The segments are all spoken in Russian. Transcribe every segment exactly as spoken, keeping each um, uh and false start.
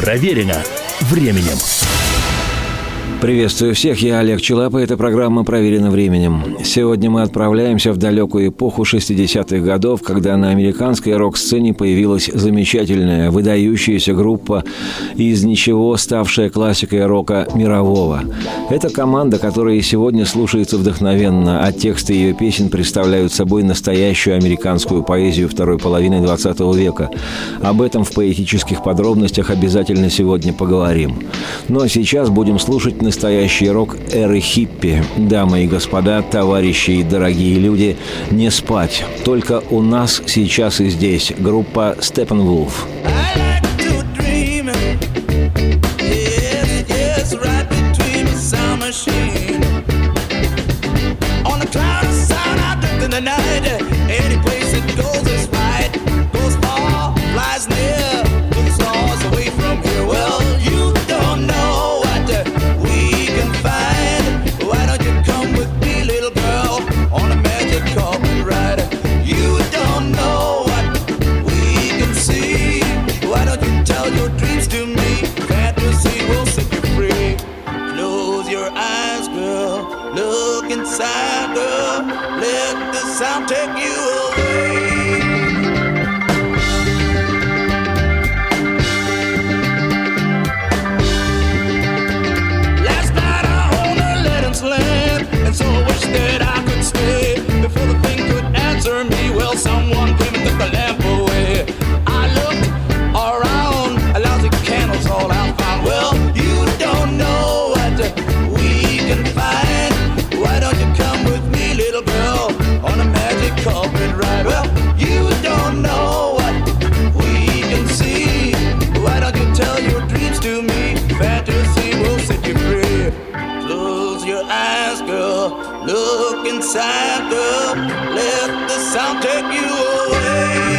Проверено временем. Приветствую всех, я Олег Челап, и эта программа «Проверено временем». Сегодня мы отправляемся в далекую эпоху шестидесятых годов, когда на американской рок-сцене появилась замечательная, выдающаяся группа из ничего, ставшая классикой рока мирового. Это команда, которая и сегодня слушается вдохновенно, а тексты ее песен представляют собой настоящую американскую поэзию второй половины двадцатого века. Об этом в поэтических подробностях обязательно сегодня поговорим. Ну а сейчас будем слушать настоящий рок эры хиппи. Дамы и господа, товарищи и дорогие люди, не спать. Только у нас сейчас и здесь группа Steppenwolf. Sound take you away. Last night I owned a Letton's land, and so I wish that I could stay. Before the thing could answer me, well, someone came and took the lamp away. I looked around, a lousy candles all I found. Well, you don't know what we can find. Why don't you come with me, little girl, on a magic carpet ride? Well, you don't know what we can see. Why don't you tell your dreams to me? Fantasy will set you free. Close your eyes, girl. Look inside, girl. Let the sound take you away.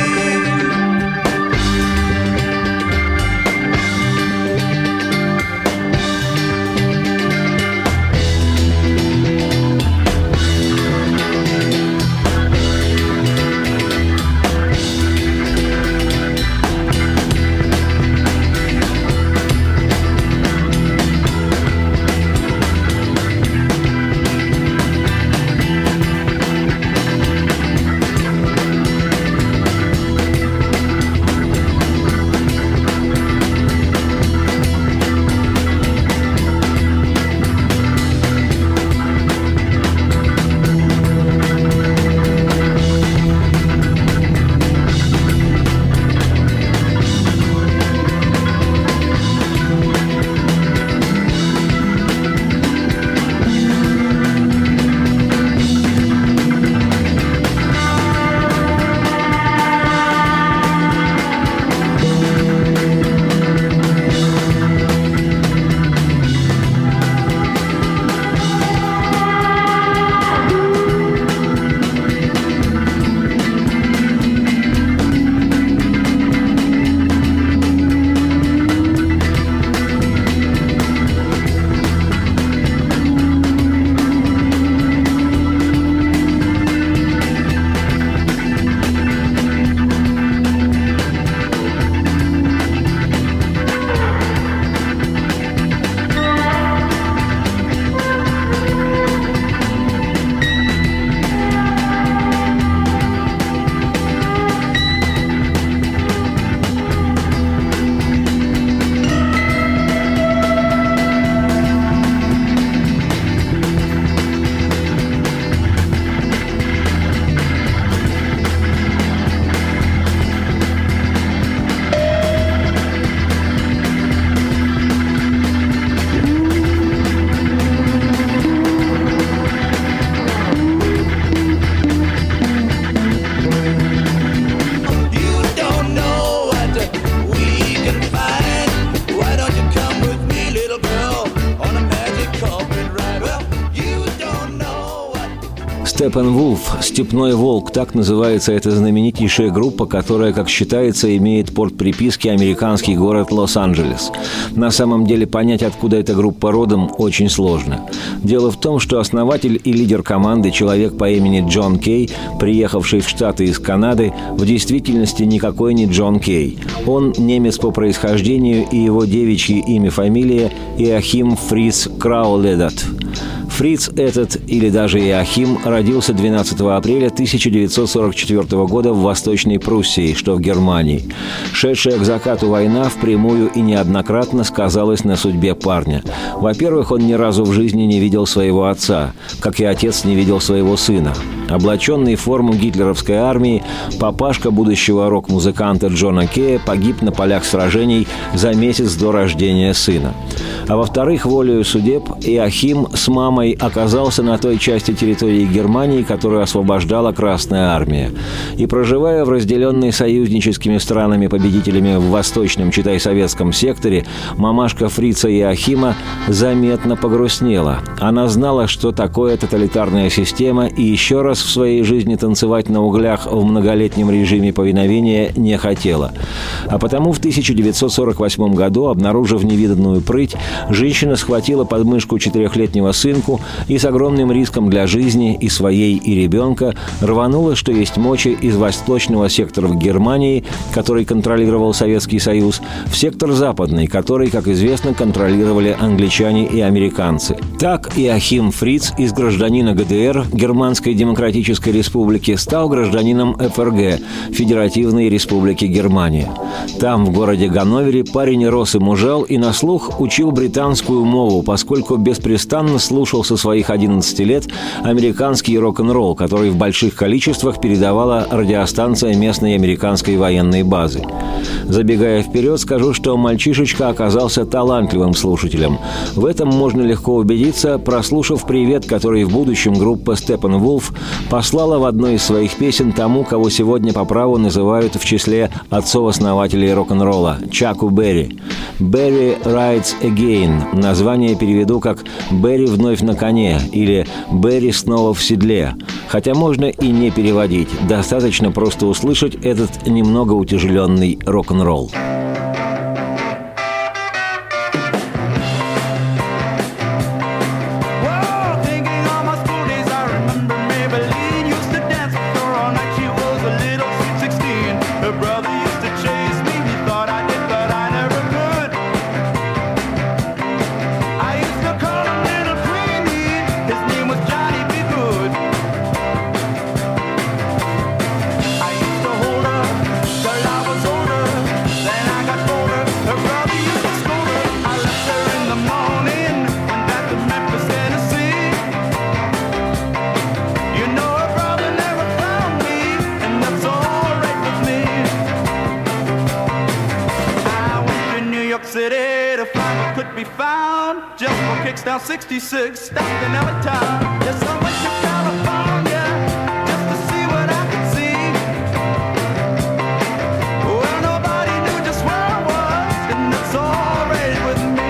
Steppenwolf, «Степной волк», так называется эта знаменитейшая группа, которая, как считается, имеет порт приписки американский город Лос-Анджелес. На самом деле понять, откуда эта группа родом, очень сложно. Дело в том, что основатель и лидер команды, человек по имени Джон Кей, приехавший в Штаты из Канады, в действительности никакой не Джон Кей. Он немец по происхождению, и его девичье имя-фамилия Иоахим Фриц Крауледат. Фриц этот, или даже Иоахим, родился двенадцатого апреля тысяча девятьсот сорок четвёртого года в Восточной Пруссии, что в Германии. Шедшая к закату война впрямую и неоднократно сказалась на судьбе парня. Во-первых, он ни разу в жизни не видел своего отца, как и отец не видел своего сына. Облаченный в форму гитлеровской армии, папашка будущего рок-музыканта Джона Кея погиб на полях сражений за месяц до рождения сына. А во-вторых, волею судеб, Иоахим с мамой оказался на той части территории Германии, которую освобождала Красная Армия. И проживая в разделенной союзническими странами-победителями в восточном, читай, советском секторе, мамашка Фрица Иоахима заметно погрустнела. Она знала, что такое тоталитарная система, и еще раз в своей жизни танцевать на углях в многолетнем режиме повиновения не хотела. А потому в тысяча девятьсот сорок восьмом году, обнаружив невиданную прыть, женщина схватила под мышку четырехлетнего сынку и с огромным риском для жизни и своей, и ребенка рванула, что есть мочи, из восточного сектора в Германии, который контролировал Советский Союз, в сектор западный, который, как известно, контролировали англичане и американцы. Так Иоахим Фриц из гражданина ГДР, Германской Демократической Республики, стал гражданином эф эр гэ, Федеративной Республики Германия. Там, в городе Ганновере, парень рос и мужал и на слух учил британскую мову, поскольку беспрестанно слушал со своих одиннадцати лет американский рок-н-ролл, который в больших количествах передавала радиостанция местной американской военной базы. Забегая вперед, скажу, что мальчишечка оказался талантливым слушателем. В этом можно легко убедиться, прослушав привет, который в будущем группа Steppenwolf послала в одной из своих песен тому, кого сегодня по праву называют в числе отцов-основателей рок-н-ролла – Чаку Берри. «Берри Rides Again» – название переведу как «Берри вновь на коне» или «Берри снова в седле». Хотя можно и не переводить, достаточно просто услышать этот немного утяжеленный рок-н-ролл. Down sixty-six, stopped in every town. Yes, I went to California just to see what I could see. Well, nobody knew just where I was, and that's all right with me.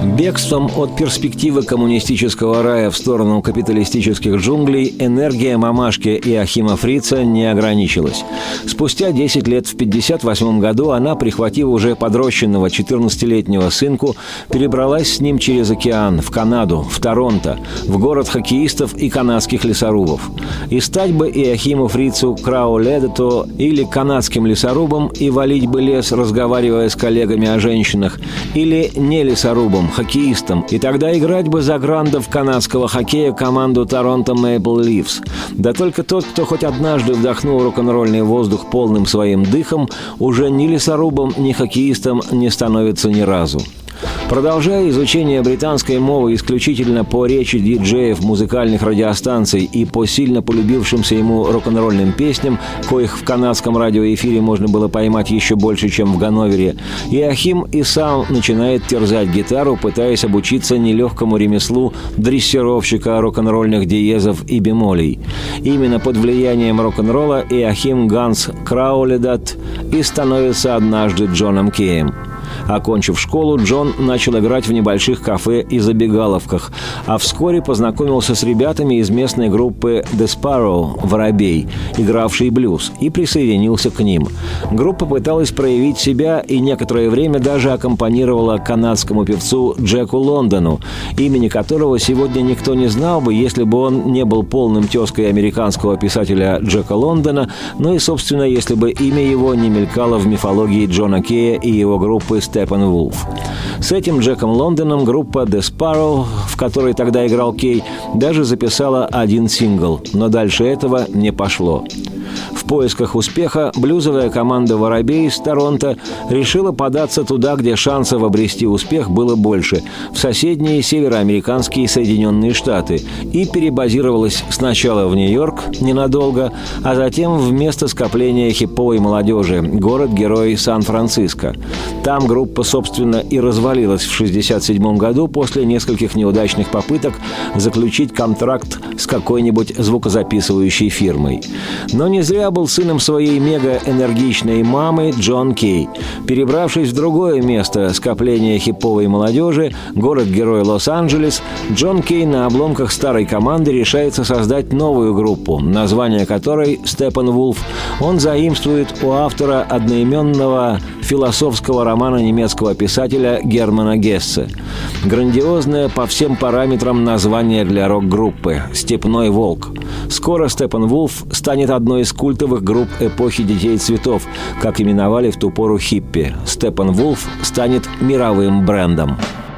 Бегством от перспективы коммунистического рая в сторону капиталистических джунглей энергия мамашки Иоахима Фрица не ограничилась. Спустя десять лет, в пятьдесят восьмом году, она, прихватив уже подрощенного четырнадцатилетнего сынку, перебралась с ним через океан в Канаду, в Торонто, в город хоккеистов и канадских лесорубов. И стать бы Иоахиму Фрицу Крауледето или канадским лесорубом и валить бы лес, разговаривая с коллегами о женщинах, или не лесорубом, хоккеистом, и тогда играть бы за грандов канадского хоккея команду Торонто Мэйпл Ливс. Да только тот, кто хоть однажды вдохнул рок-н-ролльный воздух полным своим дыхом, уже ни лесорубом, ни хоккеистом не становится ни разу. Продолжая изучение британской мовы исключительно по речи диджеев музыкальных радиостанций и по сильно полюбившимся ему рок-н-ролльным песням, коих в канадском радиоэфире можно было поймать еще больше, чем в Ганновере, Иоахим и сам начинает терзать гитару, пытаясь обучиться нелегкому ремеслу дрессировщика рок-н-ролльных диезов и бемолей. Именно под влиянием рок-н-ролла Иоахим Ганс Крауледат и становится однажды Джоном Кеем. Окончив школу, Джон начал играть в небольших кафе и забегаловках, а вскоре познакомился с ребятами из местной группы The Sparrow «Воробей», игравшей блюз, и присоединился к ним. Группа пыталась проявить себя и некоторое время даже аккомпанировала канадскому певцу Джеку Лондону, имени которого сегодня никто не знал бы, если бы он не был полным тезкой американского писателя Джека Лондона, но и, собственно, если бы имя его не мелькало в мифологии Джона Кея и его группы Steppenwolf. С этим Джеком Лондоном группа The Sparrow, в которой тогда играл Кей, даже записала один сингл, но дальше этого не пошло. В поисках успеха блюзовая команда «Воробей» из Торонто решила податься туда, где шансов обрести успех было больше, в соседние североамериканские Соединенные Штаты, и перебазировалась сначала в Нью-Йорк ненадолго, а затем в место скопления хиповой молодежи, город-герой Сан-Франциско. Там группа, собственно, и развалилась в шестьдесят седьмом году после нескольких неудачных попыток заключить контракт с какой-нибудь звукозаписывающей фирмой. Но не зря был сыном своей мега-энергичной мамы Джон Кей. Перебравшись в другое место скопления хиповой молодежи, город-герой Лос-Анджелес, Джон Кей на обломках старой команды решается создать новую группу, название которой «Steppenwolf» он заимствует у автора одноименного философского романа немецкого писателя Германа Гессе. Грандиозное по всем параметрам название для рок-группы «Степной волк». Скоро Steppenwolf станет одной из культовых групп эпохи «Детей цветов», как именовали в ту пору хиппи. Steppenwolf станет мировым брендом.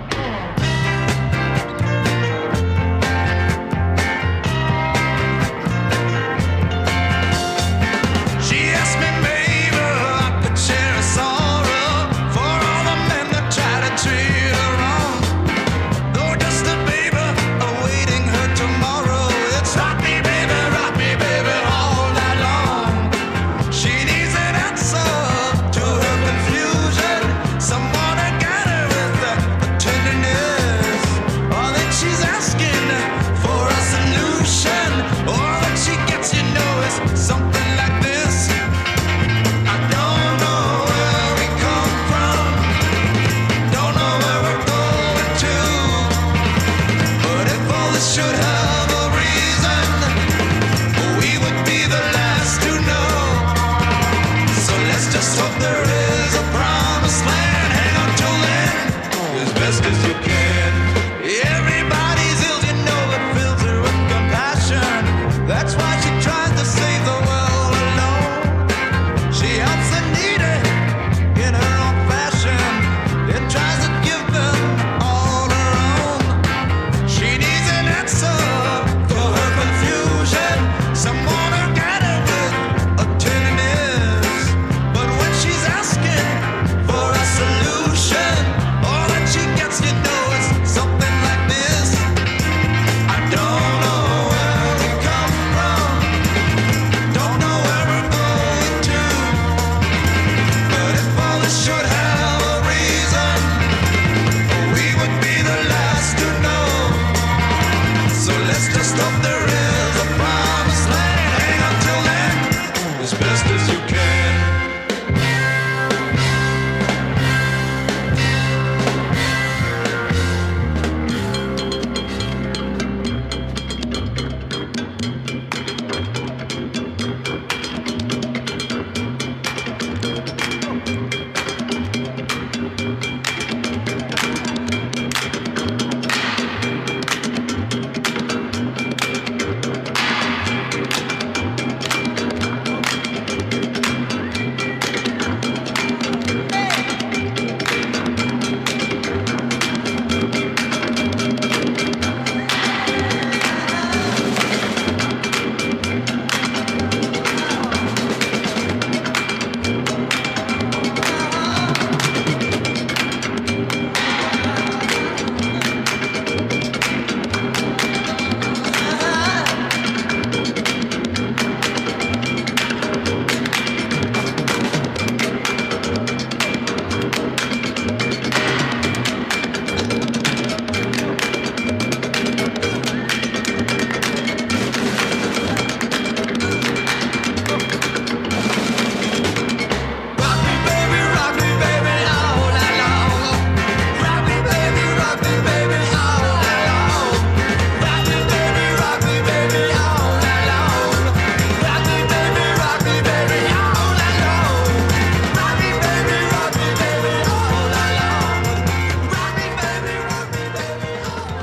Someone to get her with the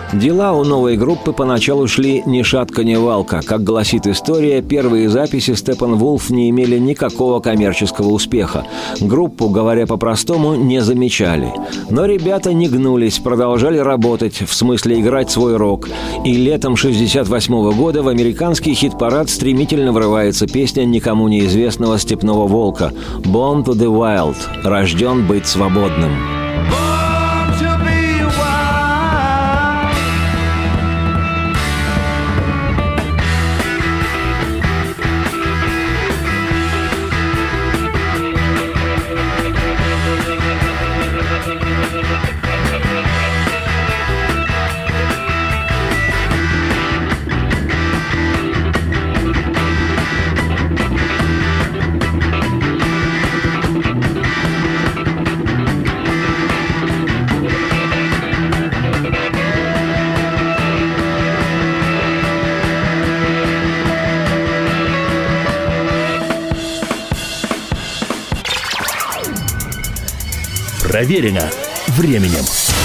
Дела у новой группы поначалу шли ни шатка, ни валка. Как гласит история, первые записи Steppenwolf не имели никакого коммерческого успеха. Группу, говоря по-простому, не замечали. Но ребята не гнулись, продолжали работать, в смысле играть свой рок. И летом шестьдесят восьмого года в американский хит-парад стремительно врывается песня никому неизвестного «Степного волка» «Born to the Wild» – «Рожден быть свободным». Проверено временем.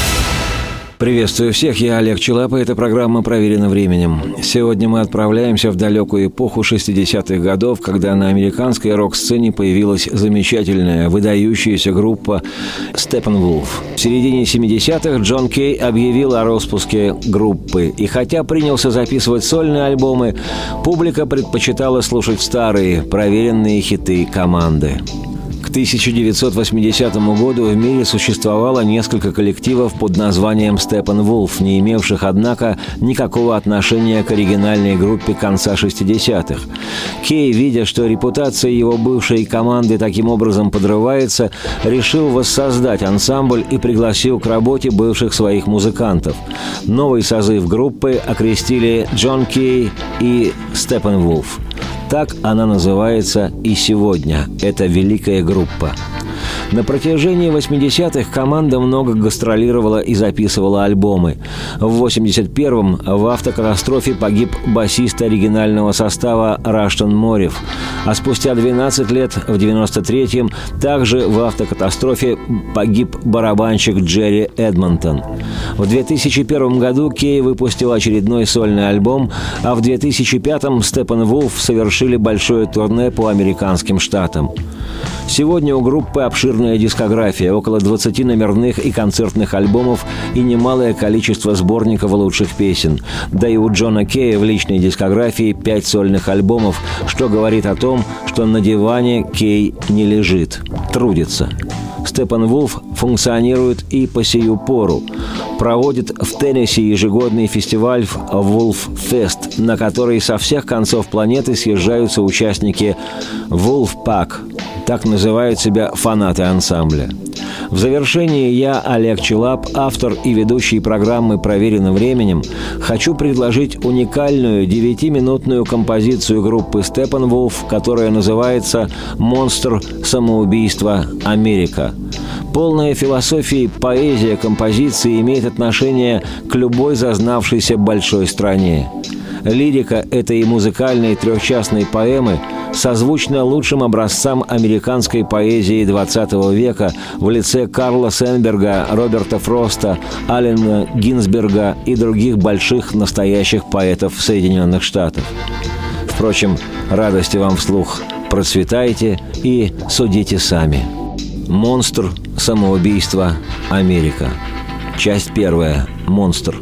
Приветствую всех, я Олег Челап, и эта программа «Проверено временем». Сегодня мы отправляемся в далекую эпоху шестидесятых годов, когда на американской рок-сцене появилась замечательная, выдающаяся группа Steppenwolf. В середине семидесятых Джон Кей объявил о распуске группы, и хотя принялся записывать сольные альбомы, публика предпочитала слушать старые, проверенные хиты команды. К тысяча девятьсот восьмидесятому году в мире существовало несколько коллективов под названием Steppenwolf, не имевших, однако, никакого отношения к оригинальной группе конца шестидесятых. Кей, видя, что репутация его бывшей команды таким образом подрывается, решил воссоздать ансамбль и пригласил к работе бывших своих музыкантов. Новый созыв группы окрестили Джон Кей и Steppenwolf. Так она называется и сегодня. Это великая группа. На протяжении восьмидесятых команда много гастролировала и записывала альбомы. В восемьдесят первом в автокатастрофе погиб басист оригинального состава Раштон Морев, а спустя двенадцать лет, в девяносто третьем, также в автокатастрофе погиб барабанщик Джерри Эдмонтон. В две тысячи первом году Кей выпустил очередной сольный альбом, а в две тысячи пятом Steppenwolf совершили большое турне по американским штатам. Сегодня у группы обширная дискография, около двадцати номерных и концертных альбомов и немалое количество сборников лучших песен. Да и у Джона Кея в личной дискографии пять сольных альбомов, что говорит о том, что на диване Кей не лежит, трудится. Steppenwolf функционирует и по сию пору. Проводит в Теннесси ежегодный фестиваль Wolf Fest, на который со всех концов планеты съезжаются участники Wolfpack. Так называют себя фанаты ансамбля. В завершении я, Олег Челап, автор и ведущий программы «Проверено временем», хочу предложить уникальную девятиминутную композицию группы Steppenwolf, которая называется «Монстр. Самоубийство. Америка». Полная философия, поэзия композиции имеет отношение к любой зазнавшейся большой стране. Лирика этой музыкальной трехчастной поэмы созвучна лучшим образцам американской поэзии двадцатого века в лице Карла Сенберга, Роберта Фроста, Аллена Гинзберга и других больших настоящих поэтов Соединенных Штатов. Впрочем, радости вам вслух. Процветайте и судите сами. «Монстр. Самоубийство. Америка». Часть первая. «Монстр».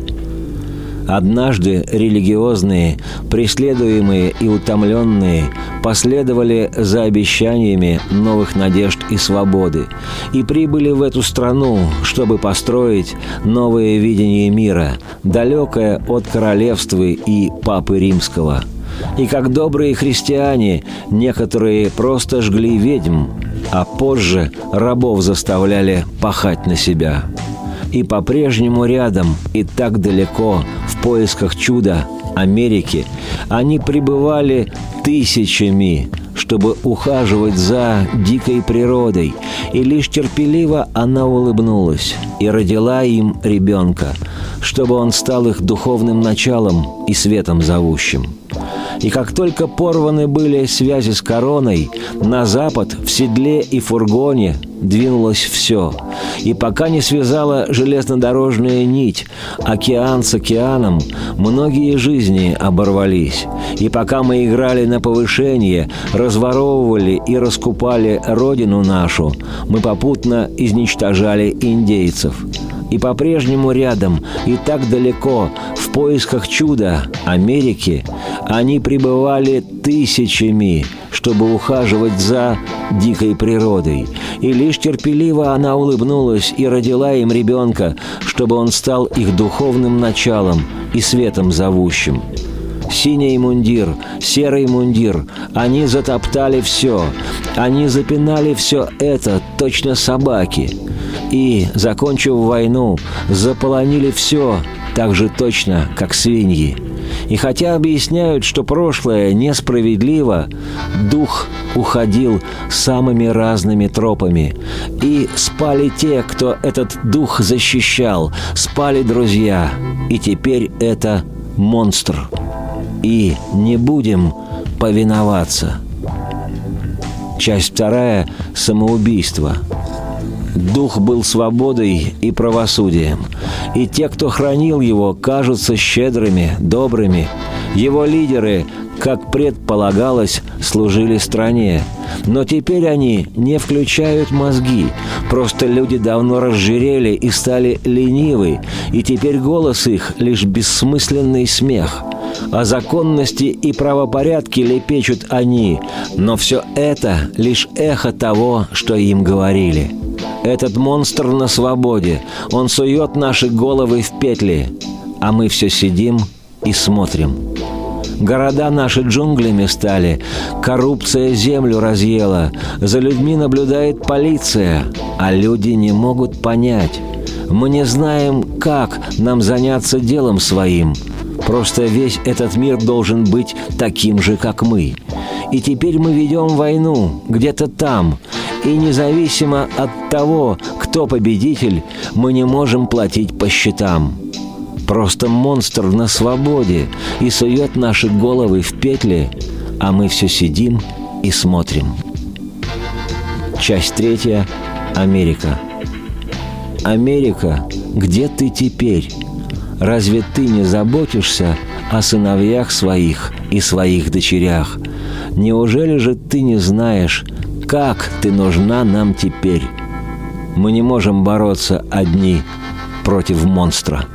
Однажды религиозные, преследуемые и утомленные последовали за обещаниями новых надежд и свободы и прибыли в эту страну, чтобы построить новое видение мира, далекое от королевства и Папы Римского. И как добрые христиане, некоторые просто жгли ведьм, а позже рабов заставляли пахать на себя. И по-прежнему рядом и так далеко, в поисках чуда Америки, они пребывали тысячами, чтобы ухаживать за дикой природой, и лишь терпеливо она улыбнулась и родила им ребенка, чтобы он стал их духовным началом и светом зовущим. И как только порваны были связи с короной, на запад в седле и фургоне двинулось все. И пока не связала железнодорожная нить океан с океаном, многие жизни оборвались. И пока мы играли на повышение, разворовывали и раскупали родину нашу, мы попутно изничтожали индейцев. И по-прежнему рядом, и так далеко, в поисках чуда Америки, они пребывали тысячами, чтобы ухаживать за дикой природой. И лишь терпеливо она улыбнулась и родила им ребенка, чтобы он стал их духовным началом и светом зовущим. Синий мундир, серый мундир, они затоптали все, они запинали все это, точно собаки. И, закончив войну, заполонили все так же точно, как свиньи. И хотя объясняют, что прошлое несправедливо, дух уходил самыми разными тропами. И спали те, кто этот дух защищал, спали друзья, и теперь это монстр. И не будем повиноваться. Часть вторая – самоубийство. Дух был свободой и правосудием, и те, кто хранил его, кажутся щедрыми, добрыми. Его лидеры, как предполагалось, служили стране. Но теперь они не включают мозги. Просто люди давно разжирели и стали ленивы, и теперь голос их — лишь бессмысленный смех. О законности и правопорядке лепечут они, но все это — лишь эхо того, что им говорили. Этот монстр на свободе, он сует наши головы в петли, а мы все сидим и смотрим. Города наши джунглями стали, коррупция землю разъела, за людьми наблюдает полиция, а люди не могут понять. Мы не знаем, как нам заняться делом своим. Просто весь этот мир должен быть таким же, как мы. И теперь мы ведем войну где-то там, и независимо от того, кто победитель, мы не можем платить по счетам. Просто монстр на свободе и сует наши головы в петли, а мы все сидим и смотрим. Часть третья. Америка. Америка, где ты теперь? Разве ты не заботишься о сыновьях своих и своих дочерях? Неужели же ты не знаешь, как ты нужна нам теперь? Мы не можем бороться одни против монстра.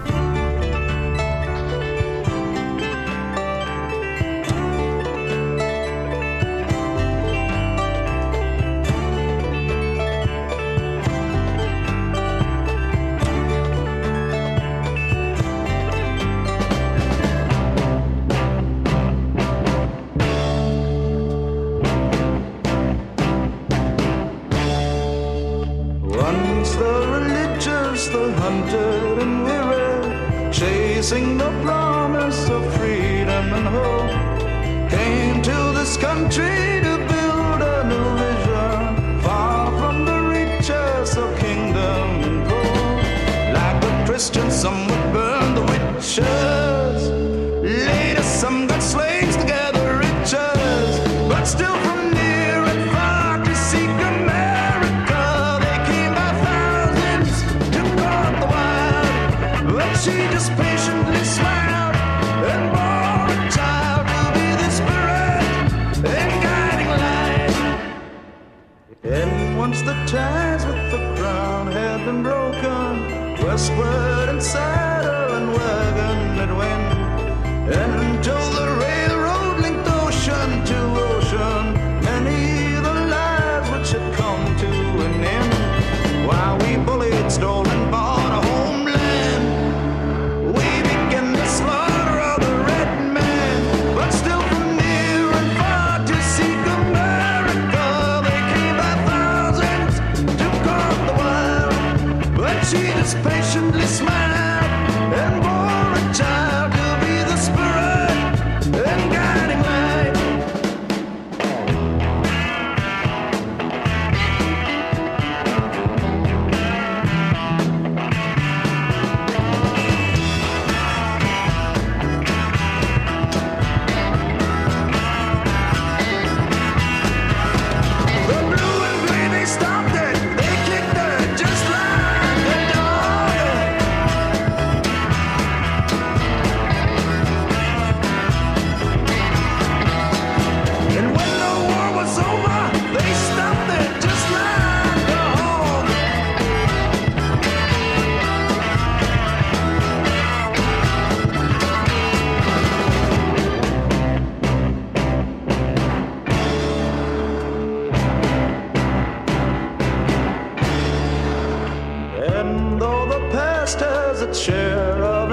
Once the religious, the hunted and weary, chasing the promise of freedom and hope, came to this country to build a new vision, far from the reaches of kingdom and gold. Like the Christians, some would burn the witches, later some got slaves to gather riches, but still from near and far to seek America, they came by thousands to guard the wild. But she just patiently smiled and bore a child to be the spirit and guiding light. And once the ties with the crown had been broken, westward and saddle and wagon it went, until the railroad linked ocean to ocean, many the lives which had come to an end. While we bullied, stole and bought a homeland, we began the slaughter of the red man. But still from near and far to seek America, they came by thousands to guard the wild. But she just patiently smiled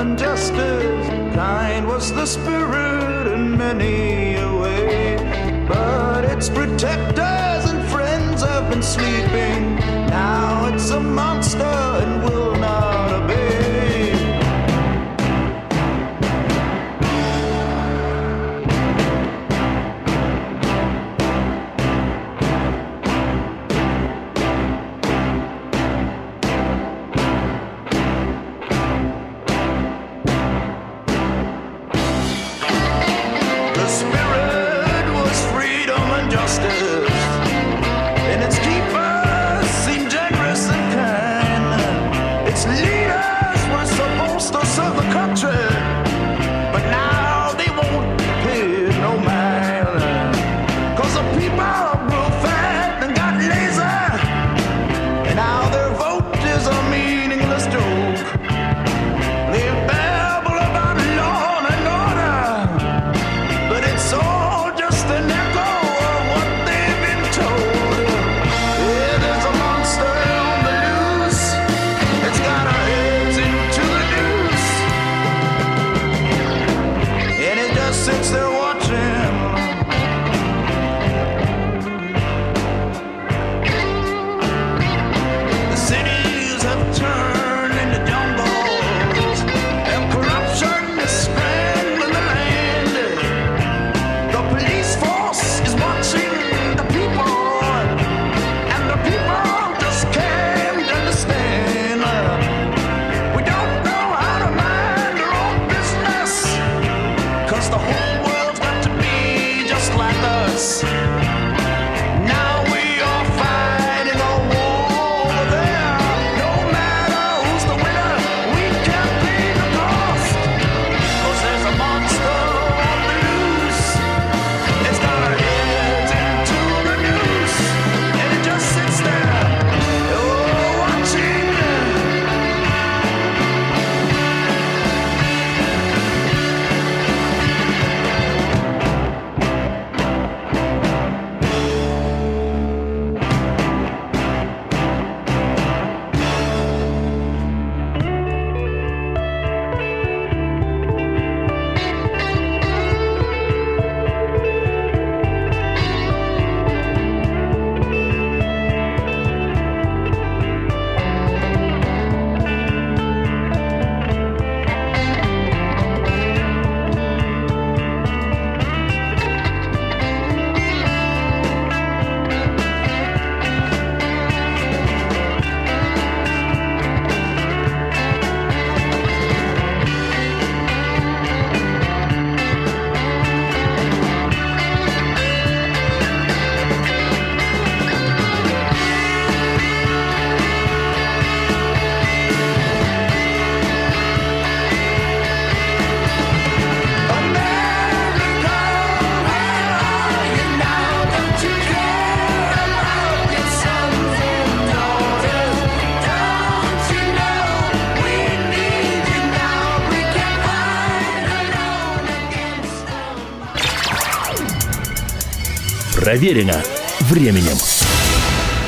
and justice. Kind was the spirit in many a way. But its protectors and friends have been sleeping. Now it's a monster and will not obey. Проверено временем.